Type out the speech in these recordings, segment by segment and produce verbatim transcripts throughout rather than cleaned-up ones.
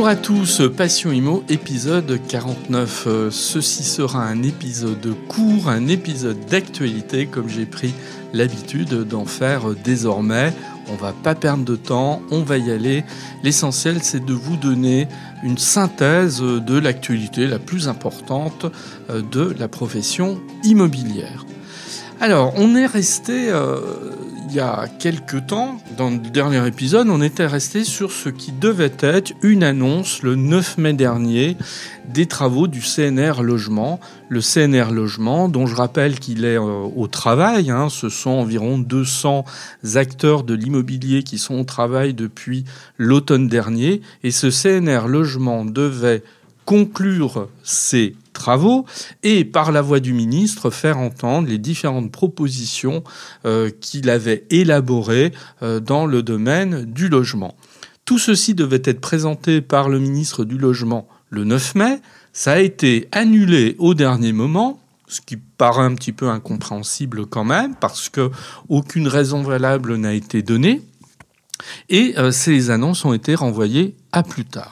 à tous, Passion Immo, épisode quarante-neuf. Euh, ceci sera un épisode court, un épisode d'actualité, comme j'ai pris l'habitude d'en faire désormais. On va pas perdre de temps, on va y aller. L'essentiel, c'est de vous donner une synthèse de l'actualité la plus importante de la profession immobilière. Alors, on est resté... Euh, il y a quelques temps, dans le dernier épisode, on était resté sur ce qui devait être une annonce le neuf mai dernier des travaux du C N R Logement. Le C N R Logement, dont je rappelle qu'il est euh, au travail, hein, ce sont environ deux cents acteurs de l'immobilier qui sont au travail depuis l'automne dernier. Et ce C N R Logement devait conclure ses travaux et, par la voix du ministre, faire entendre les différentes propositions euh, qu'il avait élaborées euh, dans le domaine du logement. Tout ceci devait être présenté par le ministre du Logement le neuf mai. Ça a été annulé au dernier moment, ce qui paraît un petit peu incompréhensible quand même, parce que aucune raison valable n'a été donnée. Et euh, ces annonces ont été renvoyées à plus tard.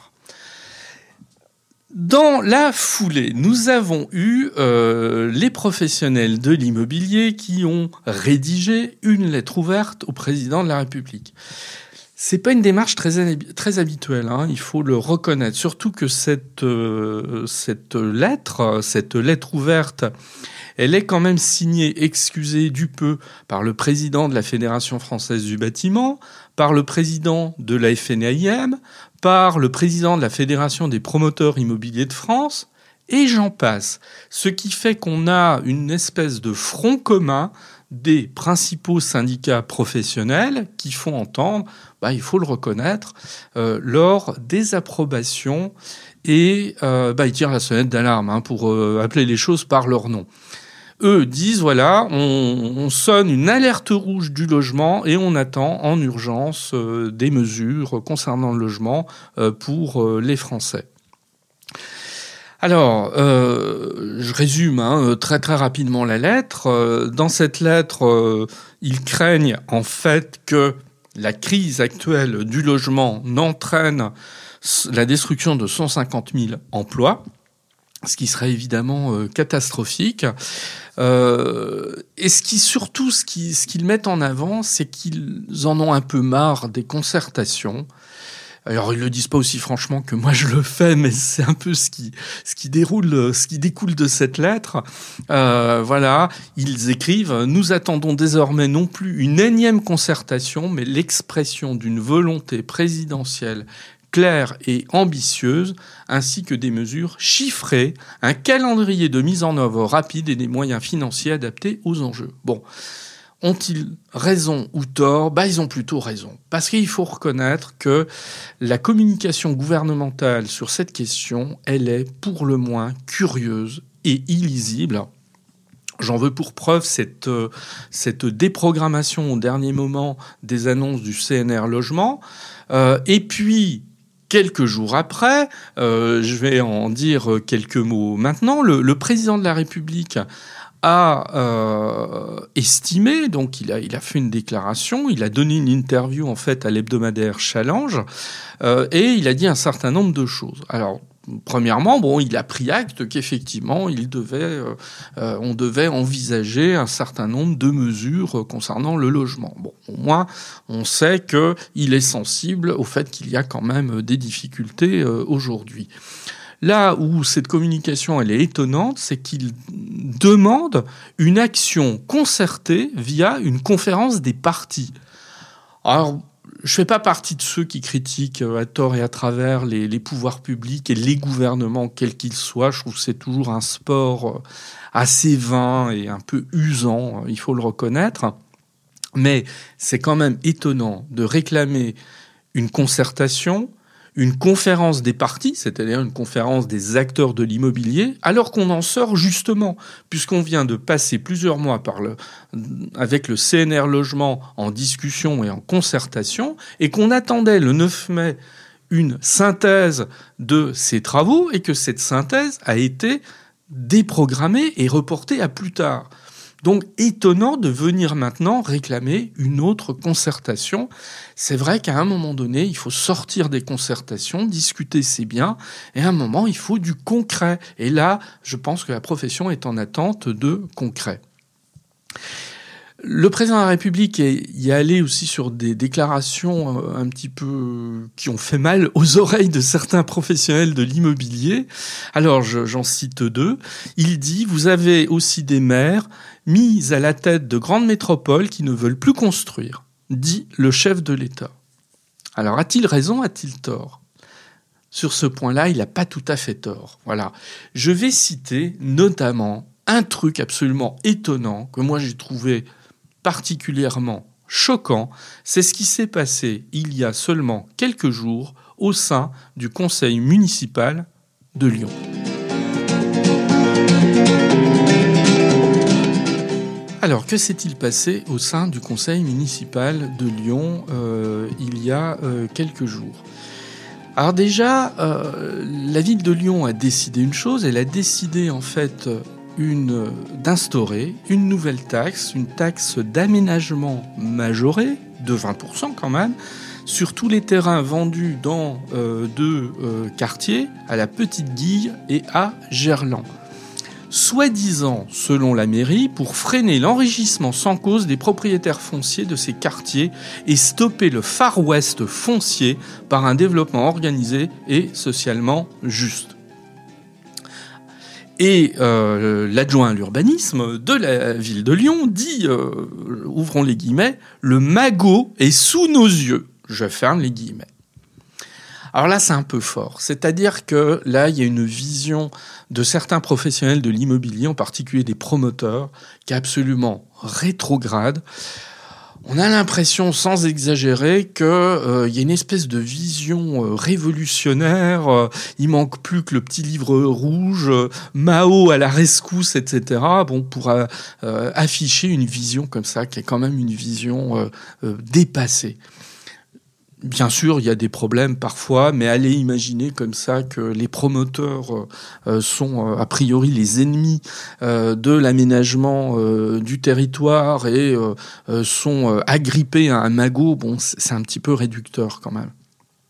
Dans la foulée, nous avons eu euh, les professionnels de l'immobilier qui ont rédigé une lettre ouverte au président de la République. C'est pas une démarche très très habituelle, hein, il faut le reconnaître. Surtout que cette euh, cette lettre, cette lettre ouverte, elle est quand même signée, excusez du peu, par le président de la Fédération française du bâtiment, par le président de la F N A I M, par le président de la Fédération des promoteurs immobiliers de France, et j'en passe. Ce qui fait qu'on a une espèce de front commun des principaux syndicats professionnels qui font entendre, bah, il faut le reconnaître, euh, lors des approbations, et euh, bah, ils tirent la sonnette d'alarme, hein, pour euh, appeler les choses par leur nom. Eux disent, voilà, on, on sonne une alerte rouge du logement et on attend en urgence euh, des mesures concernant le logement euh, pour euh, les Français. Alors, euh, je résume hein, très très rapidement la lettre. Dans cette lettre, euh, ils craignent en fait que la crise actuelle du logement n'entraîne la destruction de cent cinquante mille emplois, ce qui serait évidemment euh, catastrophique. Euh, et ce qui surtout, ce, qui, ce qu'ils mettent en avant, c'est qu'ils en ont un peu marre des concertations. Alors ils le disent pas aussi franchement que moi je le fais, mais c'est un peu ce qui ce qui déroule, ce qui découle de cette lettre. Euh, voilà, ils écrivent : nous attendons désormais non plus une énième concertation, mais l'expression d'une volonté présidentielle claire et ambitieuse, ainsi que des mesures chiffrées, un calendrier de mise en œuvre rapide et des moyens financiers adaptés aux enjeux. Bon, ont-ils raison ou tort ? Bah, ils ont plutôt raison. Parce qu'il faut reconnaître que la communication gouvernementale sur cette question, elle est pour le moins curieuse et illisible. J'en veux pour preuve cette, euh, cette déprogrammation au dernier moment des annonces du C N R Logement. Euh, et puis, quelques jours après, euh, je vais en dire quelques mots maintenant, le, le président de la République a euh, estimé, donc il a, il a fait une déclaration, il a donné une interview en fait à l'hebdomadaire Challenge, euh, et il a dit un certain nombre de choses. Alors, premièrement, bon, il a pris acte qu'effectivement, il devait, euh, euh, on devait envisager un certain nombre de mesures concernant le logement. Bon, au moins, on sait que il est sensible au fait qu'il y a quand même des difficultés euh, aujourd'hui. Là où cette communication elle est étonnante, c'est qu'il demande une action concertée via une conférence des partis. Alors, je fais pas partie de ceux qui critiquent à tort et à travers les, les pouvoirs publics et les gouvernements, quels qu'ils soient. Je trouve que c'est toujours un sport assez vain et un peu usant, il faut le reconnaître. Mais c'est quand même étonnant de réclamer une concertation, une conférence des partis, c'est-à-dire une conférence des acteurs de l'immobilier, alors qu'on en sort justement, puisqu'on vient de passer plusieurs mois par le, avec le C N R Logement en discussion et en concertation, et qu'on attendait le neuf mai une synthèse de ces travaux, et que cette synthèse a été déprogrammée et reportée à plus tard. Donc, étonnant de venir maintenant réclamer une autre concertation. C'est vrai qu'à un moment donné, il faut sortir des concertations, discuter c'est bien, et à un moment, il faut du concret. Et là, je pense que la profession est en attente de concret. Le président de la République y est allé aussi sur des déclarations un petit peu qui ont fait mal aux oreilles de certains professionnels de l'immobilier. Alors, je, j'en cite deux. Il dit « Vous avez aussi des maires mis à la tête de grandes métropoles qui ne veulent plus construire », dit le chef de l'État. Alors, a-t-il raison, a-t-il tort ? Sur ce point-là, il n'a pas tout à fait tort. Voilà. Je vais citer notamment un truc absolument étonnant que moi j'ai trouvé particulièrement choquant, c'est ce qui s'est passé il y a seulement quelques jours au sein du conseil municipal de Lyon. Alors, que s'est-il passé au sein du conseil municipal de Lyon euh, il y a euh, quelques jours ? Alors déjà, euh, la ville de Lyon a décidé une chose, elle a décidé en fait Une, d'instaurer une nouvelle taxe, une taxe d'aménagement majorée, de vingt pour cent quand même, sur tous les terrains vendus dans euh, deux euh, quartiers, à la Petite Guille et à Gerland. Soi-disant, selon la mairie, pour freiner l'enrichissement sans cause des propriétaires fonciers de ces quartiers et stopper le Far West foncier par un développement organisé et socialement juste. Et euh, l'adjoint à l'urbanisme de la ville de Lyon dit, euh, ouvrons les guillemets, « le magot est sous nos yeux ». Je ferme les guillemets. Alors là, c'est un peu fort. C'est-à-dire que là, il y a une vision de certains professionnels de l'immobilier, en particulier des promoteurs, qui est absolument rétrograde. On a l'impression, sans exagérer, qu'il euh, y a une espèce de vision euh, révolutionnaire. Euh, il manque plus que le petit livre rouge, euh, Mao à la rescousse, et cetera. Bon, pour euh, euh, afficher une vision comme ça, qui est quand même une vision euh, euh, dépassée. Bien sûr, il y a des problèmes parfois, mais allez imaginer comme ça que les promoteurs euh, sont euh, a priori les ennemis euh, de l'aménagement euh, du territoire et euh, euh, sont euh, agrippés à un magot. Bon, c'est un petit peu réducteur quand même.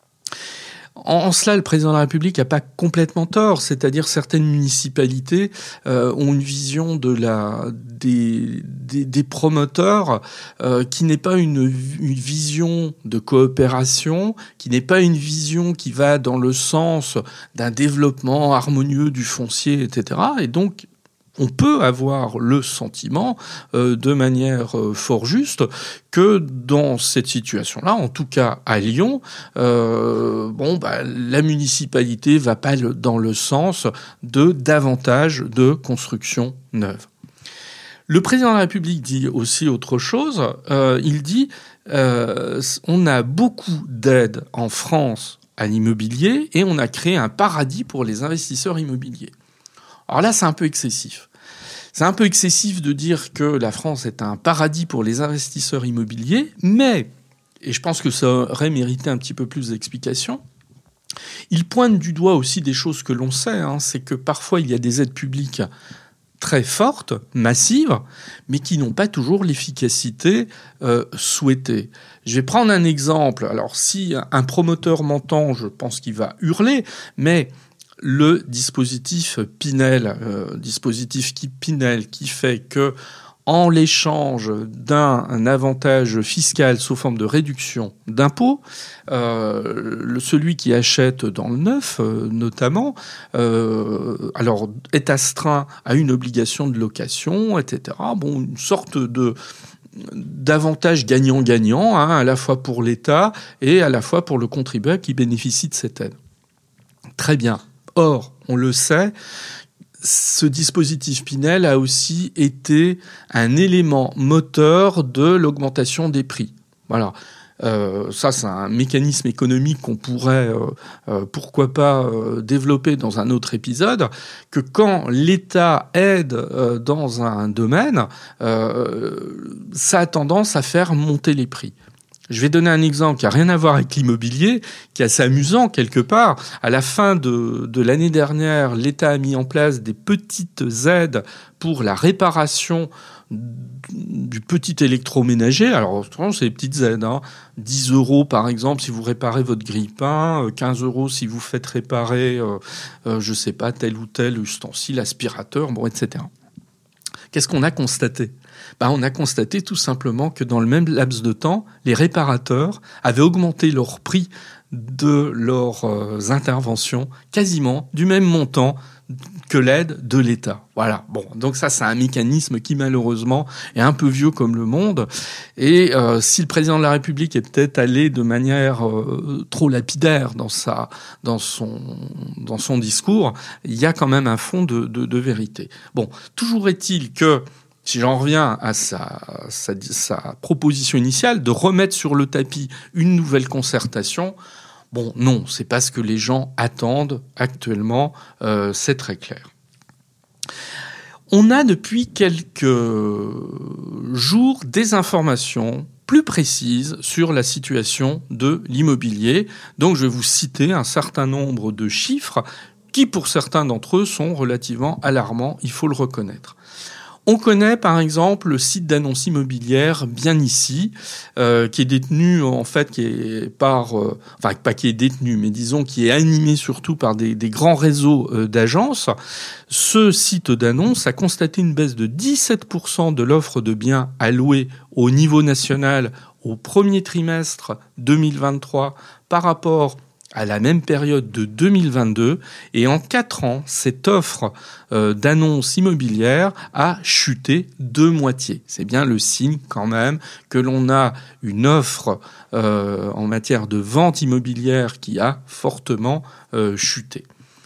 En cela, le président de la République n'a pas complètement tort, c'est-à-dire certaines municipalités euh, ont une vision de la des des, des promoteurs euh, qui n'est pas une, une vision de coopération, qui n'est pas une vision qui va dans le sens d'un développement harmonieux du foncier, et cetera. Et donc on peut avoir le sentiment, euh, de manière euh, fort juste, que dans cette situation-là, en tout cas à Lyon, euh, bon, bah, la municipalité va pas le, dans le sens de davantage de construction neuve. Le président de la République dit aussi autre chose. Euh, il dit euh, on a beaucoup d'aides en France à l'immobilier et on a créé un paradis pour les investisseurs immobiliers. Alors là, c'est un peu excessif. C'est un peu excessif de dire que la France est un paradis pour les investisseurs immobiliers, mais, et je pense que ça aurait mérité un petit peu plus d'explications, il pointe du doigt aussi des choses que l'on sait, hein, c'est que parfois il y a des aides publiques très fortes, massives, mais qui n'ont pas toujours l'efficacité euh, souhaitée. Je vais prendre un exemple. Alors, si un promoteur m'entend, je pense qu'il va hurler, mais le dispositif Pinel, euh, dispositif qui, Pinel, qui fait que, en l'échange d'un avantage fiscal sous forme de réduction d'impôts, euh, le, celui qui achète dans le neuf, euh, notamment, euh, alors est astreint à une obligation de location, et cetera. Bon, une sorte de d'avantage gagnant-gagnant, hein, à la fois pour l'État et à la fois pour le contribuable qui bénéficie de cette aide. Très bien. Or, on le sait, ce dispositif Pinel a aussi été un élément moteur de l'augmentation des prix. Voilà. Euh, ça, c'est un mécanisme économique qu'on pourrait, euh, euh, pourquoi pas, euh, développer dans un autre épisode, que quand l'État aide euh, dans un domaine, euh, ça a tendance à faire monter les prix. Je vais donner un exemple qui n'a rien à voir avec l'immobilier, qui est assez amusant quelque part. À la fin de, de l'année dernière, l'État a mis en place des petites aides pour la réparation du petit électroménager. Alors, c'est des petites aides. Hein. dix euros, par exemple, si vous réparez votre grille-pain. quinze euros si vous faites réparer, euh, euh, je ne sais pas, tel ou tel ustensile, aspirateur, bon, et cetera. Qu'est-ce qu'on a constaté ? Ben, on a constaté tout simplement que dans le même laps de temps, les réparateurs avaient augmenté leur prix de leurs euh, interventions quasiment du même montant que l'aide de l'État. Voilà. Bon, donc ça, c'est un mécanisme qui malheureusement est un peu vieux comme le monde. Et euh, si le président de la République est peut-être allé de manière euh, trop lapidaire dans sa, dans son, dans son discours, il y a quand même un fond de, de, de vérité. Bon, toujours est-il que si j'en reviens à sa, sa, sa proposition initiale de remettre sur le tapis une nouvelle concertation, bon, non, c'est pas ce que les gens attendent actuellement, euh, c'est très clair. On a depuis quelques jours des informations plus précises sur la situation de l'immobilier. Donc, je vais vous citer un certain nombre de chiffres qui, pour certains d'entre eux, sont relativement alarmants, il faut le reconnaître. On connaît par exemple le site d'annonce immobilière Bien Ici, euh, qui est détenu en fait, qui est par, euh, enfin pas qui est détenu, mais disons qui est animé surtout par des, des grands réseaux euh, d'agences. Ce site d'annonce a constaté une baisse de dix-sept pour cent de l'offre de biens à louer au niveau national au premier trimestre deux mille vingt-trois par rapport à la même période de deux mille vingt-deux, et en quatre ans, cette offre euh, d'annonces immobilières a chuté de moitié. C'est bien le signe quand même que l'on a une offre euh, en matière de vente immobilière qui a fortement euh, chuté.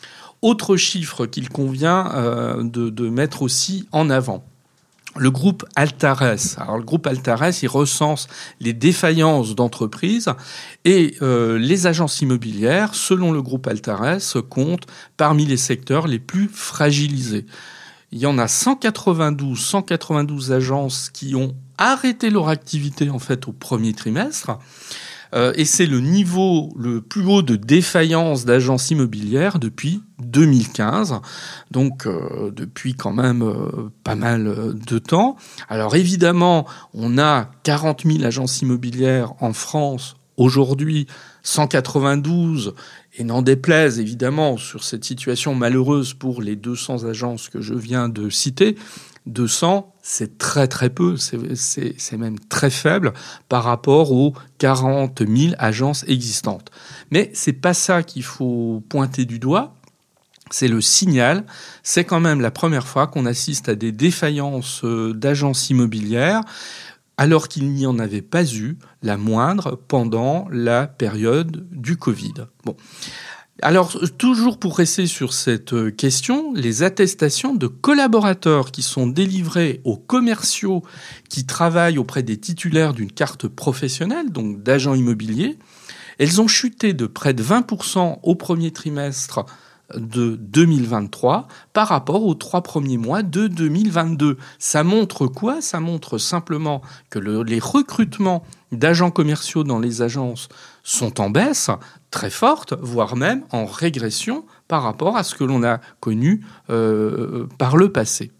Autre chiffre qu'il convient euh, de, de mettre aussi en avant. Le groupe Altares. Alors, le groupe Altares, il recense les défaillances d'entreprises et euh, les agences immobilières, selon le groupe Altares, comptent parmi les secteurs les plus fragilisés. Il y en a cent quatre-vingt-douze, cent quatre-vingt-douze agences qui ont arrêté leur activité en fait au premier trimestre. Euh, et c'est le niveau le plus haut de défaillance d'agences immobilières depuis deux mille quinze, donc euh, depuis quand même euh, pas mal de temps. Alors évidemment, on a quarante mille agences immobilières en France aujourd'hui, cent quatre-vingt-douze, et n'en déplaise évidemment sur cette situation malheureuse pour les deux cents agences que je viens de citer, deux cents, c'est très très peu, c'est, c'est, c'est même très faible par rapport aux quarante mille agences existantes. Mais c'est pas ça qu'il faut pointer du doigt, c'est le signal, c'est quand même la première fois qu'on assiste à des défaillances d'agences immobilières, alors qu'il n'y en avait pas eu la moindre pendant la période du Covid. Bon. Alors, toujours pour rester sur cette question, les attestations de collaborateurs qui sont délivrées aux commerciaux qui travaillent auprès des titulaires d'une carte professionnelle, donc d'agents immobiliers, elles ont chuté de près de vingt pour cent au premier trimestre de deux mille vingt-trois par rapport aux trois premiers mois de deux mille vingt-deux. Ça montre quoi ? Ça montre simplement que le, les recrutements d'agents commerciaux dans les agences sont en baisse très forte, voire même en régression par rapport à ce que l'on a connu euh, par le passé.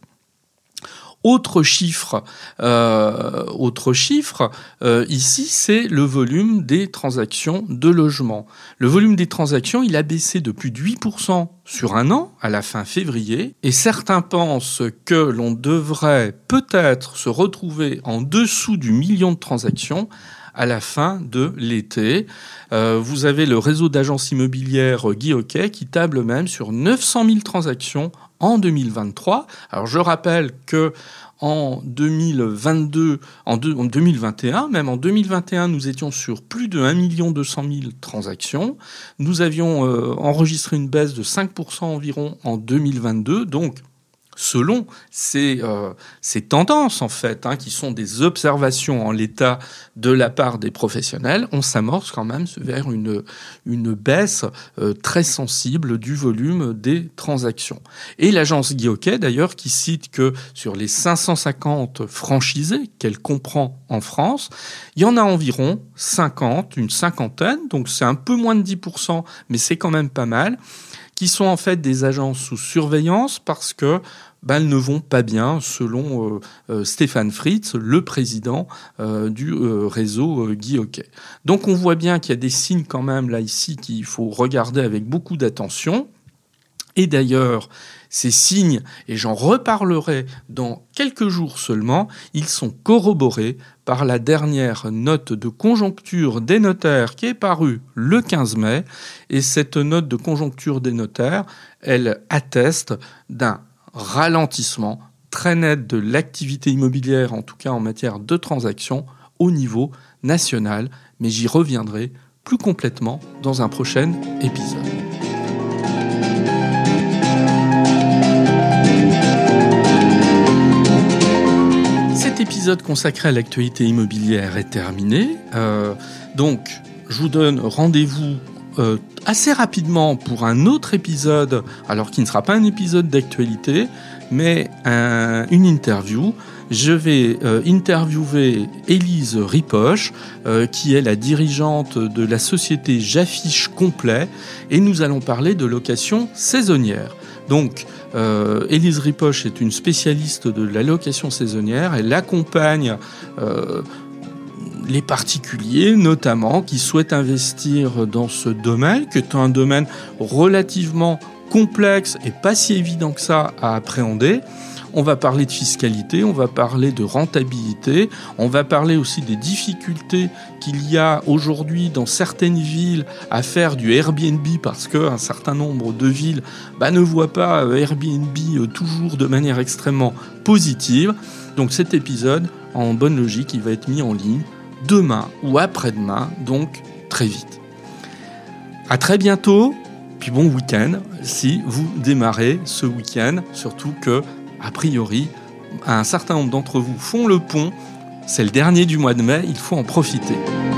Autre chiffre, euh, autre chiffre euh, ici, c'est le volume des transactions de logement. Le volume des transactions, il a baissé de plus de huit pour cent sur un an, à la fin février, et certains pensent que l'on devrait peut-être se retrouver en dessous du million de transactions à la fin de l'été. Euh, vous avez le réseau d'agences immobilières Guy Hockey qui table même sur neuf cent mille transactions en deux mille vingt-trois. Alors je rappelle que en deux mille vingt-deux, en, deux, en deux mille vingt et un, même en deux mille vingt et un, nous étions sur plus de un million deux cent mille transactions. Nous avions euh, enregistré une baisse de cinq pour cent environ en deux mille vingt-deux, donc selon ces, euh, ces tendances, en fait, hein, qui sont des observations en l'état de la part des professionnels, on s'amorce quand même vers une, une baisse euh, très sensible du volume des transactions. Et l'agence Guy Hockey, d'ailleurs, qui cite que sur les cinq cent cinquante franchisés qu'elle comprend en France, il y en a environ cinquante, une cinquantaine, donc c'est un peu moins de dix pour cent, mais c'est quand même pas mal, qui sont en fait des agences sous surveillance parce que ben, elles ne vont pas bien, selon euh, euh, Stéphane Fritz, le président euh, du euh, réseau euh, Guy Hockey. Donc on voit bien qu'il y a des signes quand même là ici qu'il faut regarder avec beaucoup d'attention. Et d'ailleurs, ces signes, et j'en reparlerai dans quelques jours seulement, ils sont corroborés par la dernière note de conjoncture des notaires qui est parue le quinze mai. Et cette note de conjoncture des notaires, elle atteste d'un ralentissement très net de l'activité immobilière, en tout cas en matière de transactions, au niveau national. Mais j'y reviendrai plus complètement dans un prochain épisode. Cet épisode consacré à l'actualité immobilière est terminé. Euh, donc, je vous donne rendez-vous euh, assez rapidement pour un autre épisode, alors qui ne sera pas un épisode d'actualité, mais un, une interview. Je vais euh, interviewer Élise Ripoche, euh, qui est la dirigeante de la société J'affiche Complet, et nous allons parler de location saisonnière. Donc, euh, Élise Ripoche est une spécialiste de la location saisonnière. Elle accompagne euh, les particuliers, notamment, qui souhaitent investir dans ce domaine, qui est un domaine relativement complexe et pas si évident que ça à appréhender. On va parler de fiscalité, on va parler de rentabilité, on va parler aussi des difficultés qu'il y a aujourd'hui dans certaines villes à faire du Airbnb parce qu'un certain nombre de villes bah, ne voient pas Airbnb toujours de manière extrêmement positive. Donc cet épisode, en bonne logique, il va être mis en ligne demain ou après-demain, donc très vite. À très bientôt, puis bon week-end si vous démarrez ce week-end, surtout que a priori, un certain nombre d'entre vous font le pont. C'est le dernier du mois de mai, il faut en profiter.